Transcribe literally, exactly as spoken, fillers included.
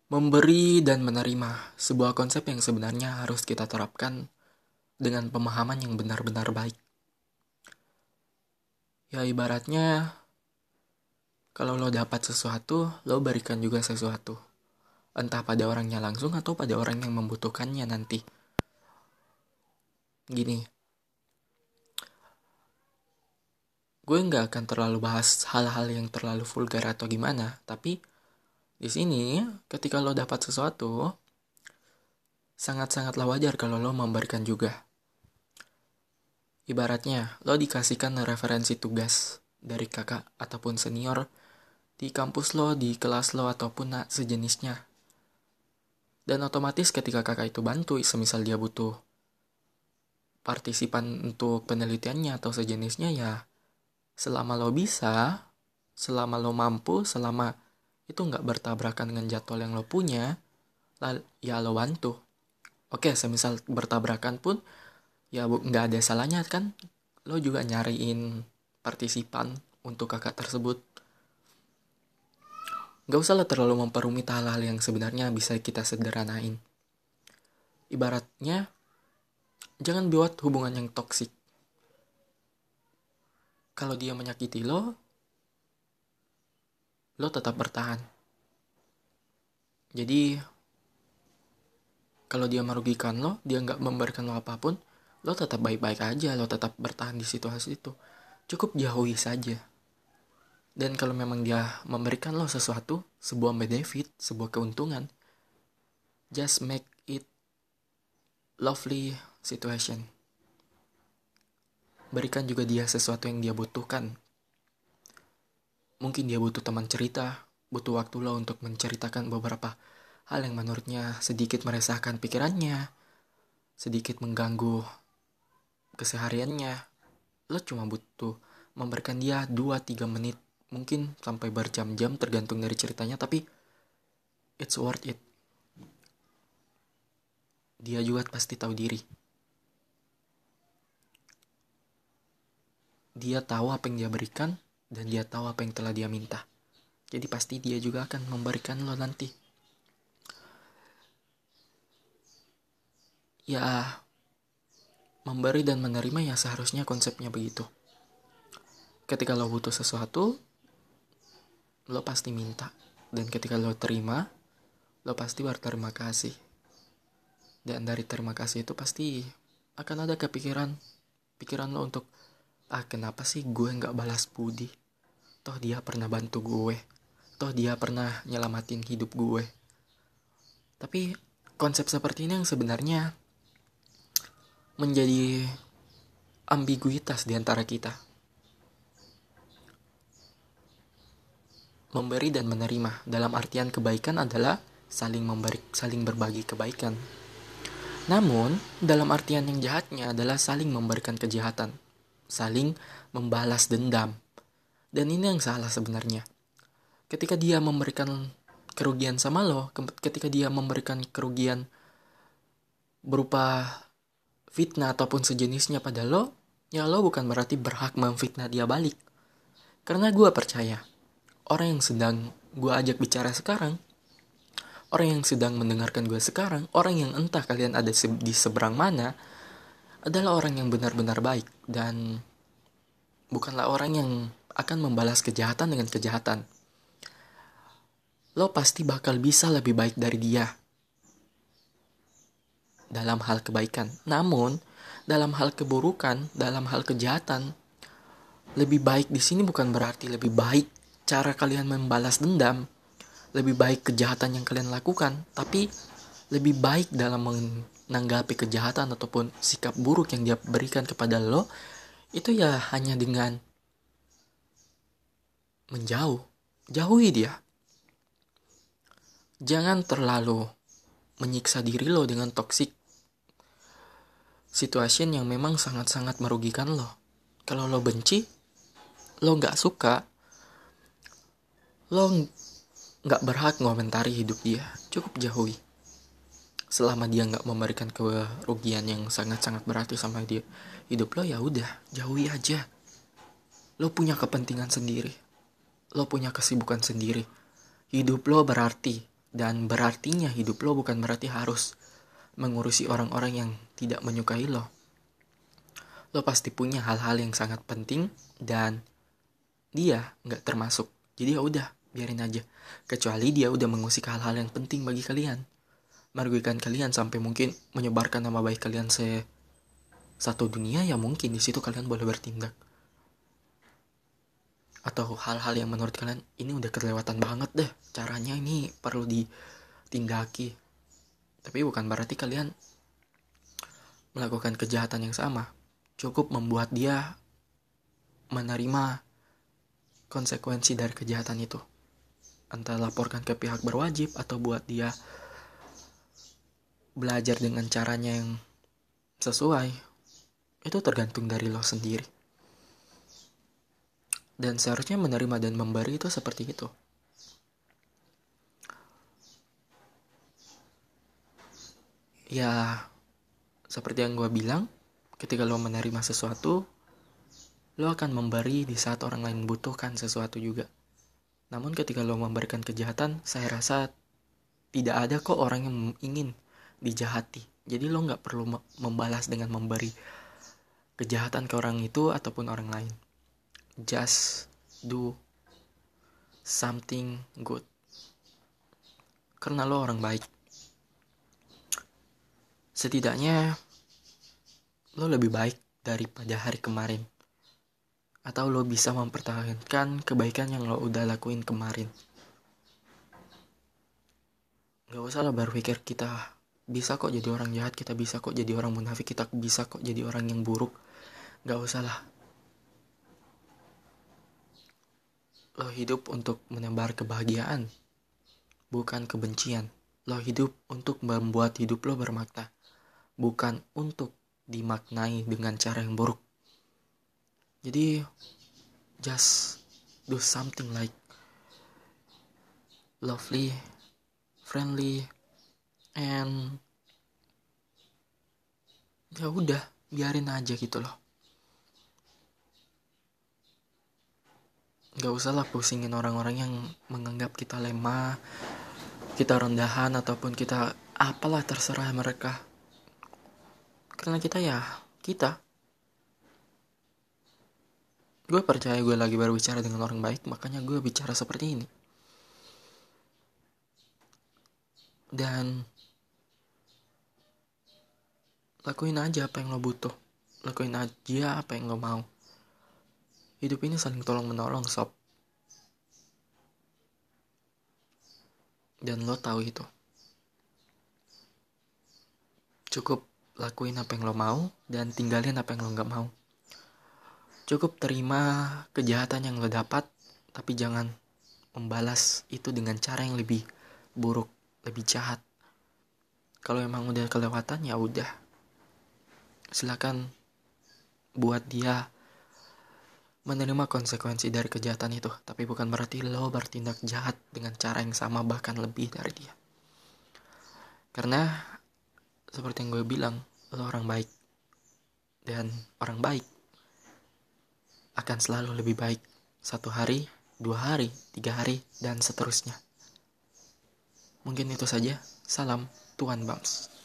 Memberi dan menerima, sebuah konsep yang sebenarnya harus kita terapkan dengan pemahaman yang benar-benar baik. Ya ibaratnya, kalau lo dapat sesuatu, lo berikan juga sesuatu. Entah pada orangnya langsung atau pada orang yang membutuhkannya nanti. Gini, gue nggak akan terlalu bahas hal-hal yang terlalu vulgar atau gimana, tapi di sini ketika lo dapat sesuatu, sangat-sangatlah wajar kalau lo memberikan juga. Ibaratnya, lo dikasihkan referensi tugas dari kakak ataupun senior di kampus lo, di kelas lo, ataupun nah, sejenisnya. Dan otomatis ketika kakak itu bantu, semisal dia butuh partisipan untuk penelitiannya atau sejenisnya, ya selama lo bisa, selama lo mampu, selama itu nggak bertabrakan dengan jadwal yang lo punya, ya lo bantu. Oke, semisal bertabrakan pun, ya nggak ada salahnya kan, lo juga nyariin partisipan untuk kakak tersebut. Gak usah lah terlalu memperumit hal-hal yang sebenarnya bisa kita sederhanain. Ibaratnya, jangan buat hubungan yang toksik. Kalau dia menyakiti lo, lo tetap bertahan. Jadi, kalau dia merugikan lo, dia gak memberikan lo apapun, lo tetap baik-baik aja, lo tetap bertahan di situasi itu. Cukup jauhi saja. Dan kalau memang dia memberikan lo sesuatu, sebuah benefit, sebuah keuntungan, just make it lovely situation. Berikan juga dia sesuatu yang dia butuhkan. Mungkin dia butuh teman cerita, butuh waktu lo untuk menceritakan beberapa hal yang menurutnya sedikit meresahkan pikirannya, sedikit mengganggu kesehariannya. Lo cuma butuh memberikan dia dua tiga menit, mungkin sampai berjam-jam tergantung dari ceritanya, tapi it's worth it. Dia juga pasti tahu diri. Dia tahu apa yang dia berikan, dan dia tahu apa yang telah dia minta. Jadi pasti dia juga akan memberikan lo nanti. Ya, memberi dan menerima ya seharusnya konsepnya begitu. Ketika lo butuh sesuatu, lo pasti minta. Dan ketika lo terima, lo pasti berterima kasih. Dan dari terima kasih itu pasti akan ada kepikiran, pikiran lo untuk, ah kenapa sih gue gak balas budi? Toh dia pernah bantu gue. Toh dia pernah nyelamatin hidup gue. Tapi konsep seperti ini yang sebenarnya menjadi ambiguitas di antara kita. Memberi dan menerima dalam artian kebaikan adalah saling memberi, saling berbagi kebaikan. Namun, dalam artian yang jahatnya adalah saling memberikan kejahatan, saling membalas dendam. Dan ini yang salah sebenarnya. Ketika dia memberikan kerugian sama lo, ketika dia memberikan kerugian berupa fitnah ataupun sejenisnya pada lo, ya lo bukan berarti berhak memfitnah dia balik. Karena gue percaya, orang yang sedang gue ajak bicara sekarang, orang yang sedang mendengarkan gue sekarang, orang yang entah kalian ada di seberang mana, adalah orang yang benar-benar baik. Dan bukanlah orang yang akan membalas kejahatan dengan kejahatan. Lo pasti bakal bisa lebih baik dari dia dalam hal kebaikan. Namun, dalam hal keburukan, dalam hal kejahatan, lebih baik di sini bukan berarti lebih baik cara kalian membalas dendam, lebih baik kejahatan yang kalian lakukan, tapi lebih baik dalam menanggapi kejahatan ataupun sikap buruk yang dia berikan kepada lo, itu ya hanya dengan menjauh. Jauhi dia. Jangan terlalu menyiksa diri lo dengan toxic situation yang memang sangat-sangat merugikan lo. Kalau lo benci, lo gak suka, lo gak berhak ngomentari hidup dia. Cukup jauhi. Selama dia gak memberikan kerugian yang sangat-sangat berarti sama dia hidup lo, ya udah, jauhi aja. Lo punya kepentingan sendiri. Lo punya kesibukan sendiri. Hidup lo berarti. Dan berartinya hidup lo bukan berarti harus mengurusi orang-orang yang tidak menyukai lo. Lo pasti punya hal-hal yang sangat penting dan dia nggak termasuk. Jadi ya udah, biarin aja. Kecuali dia udah mengusik hal-hal yang penting bagi kalian, merugikan kalian sampai mungkin menyebarkan nama baik kalian se satu dunia, ya mungkin di situ kalian boleh bertindak. Atau hal-hal yang menurut kalian ini udah kelewatan banget deh, caranya ini perlu ditindaki. Tapi bukan berarti kalian melakukan kejahatan yang sama. Cukup membuat dia menerima konsekuensi dari kejahatan itu. Entah laporkan ke pihak berwajib atau buat dia belajar dengan caranya yang sesuai. Itu tergantung dari lo sendiri. Dan seharusnya menerima dan memberi itu seperti itu. Ya, seperti yang gue bilang, ketika lo menerima sesuatu, lo akan memberi di saat orang lain membutuhkan sesuatu juga. Namun ketika lo memberikan kejahatan, saya rasa tidak ada kok orang yang ingin dijahati. Jadi lo gak perlu membalas dengan memberi kejahatan ke orang itu ataupun orang lain. Just do something good. Karena lo orang baik. Setidaknya lo lebih baik daripada hari kemarin. Atau lo bisa mempertahankan kebaikan yang lo udah lakuin kemarin. Gak usah lah berpikir kita bisa kok jadi orang jahat, kita bisa kok jadi orang munafik, kita bisa kok jadi orang yang buruk. Gak usah lah. Lo hidup untuk menebar kebahagiaan, bukan kebencian. Lo hidup untuk membuat hidup lo bermakna, bukan untuk dimaknai dengan cara yang buruk. Jadi, just do something like lovely, friendly, and ya udah, biarin aja gitu loh. Gak usah lah pusingin orang-orang yang menganggap kita lemah, kita rendahan, ataupun kita apalah, terserah mereka. Karena kita ya, kita. Gue percaya gue lagi berbicara dengan orang baik, makanya gue bicara seperti ini. Dan lakuin aja apa yang lo butuh. Lakuin aja apa yang lo mau. Hidup ini saling tolong-menolong, sob. Dan lo tahu itu. Cukup lakuin apa yang lo mau dan tinggalin apa yang lo gak mau. Cukup terima kejahatan yang lo dapat, tapi jangan membalas itu dengan cara yang lebih buruk, lebih jahat. Kalau emang udah kelewatan, ya udah. Silakan buat dia menerima konsekuensi dari kejahatan itu, tapi bukan berarti lo bertindak jahat dengan cara yang sama, bahkan lebih dari dia. Karena seperti yang gue bilang, lo orang baik, dan orang baik akan selalu lebih baik. Satu hari, dua hari, tiga hari, dan seterusnya. Mungkin itu saja. Salam Tuan Bams.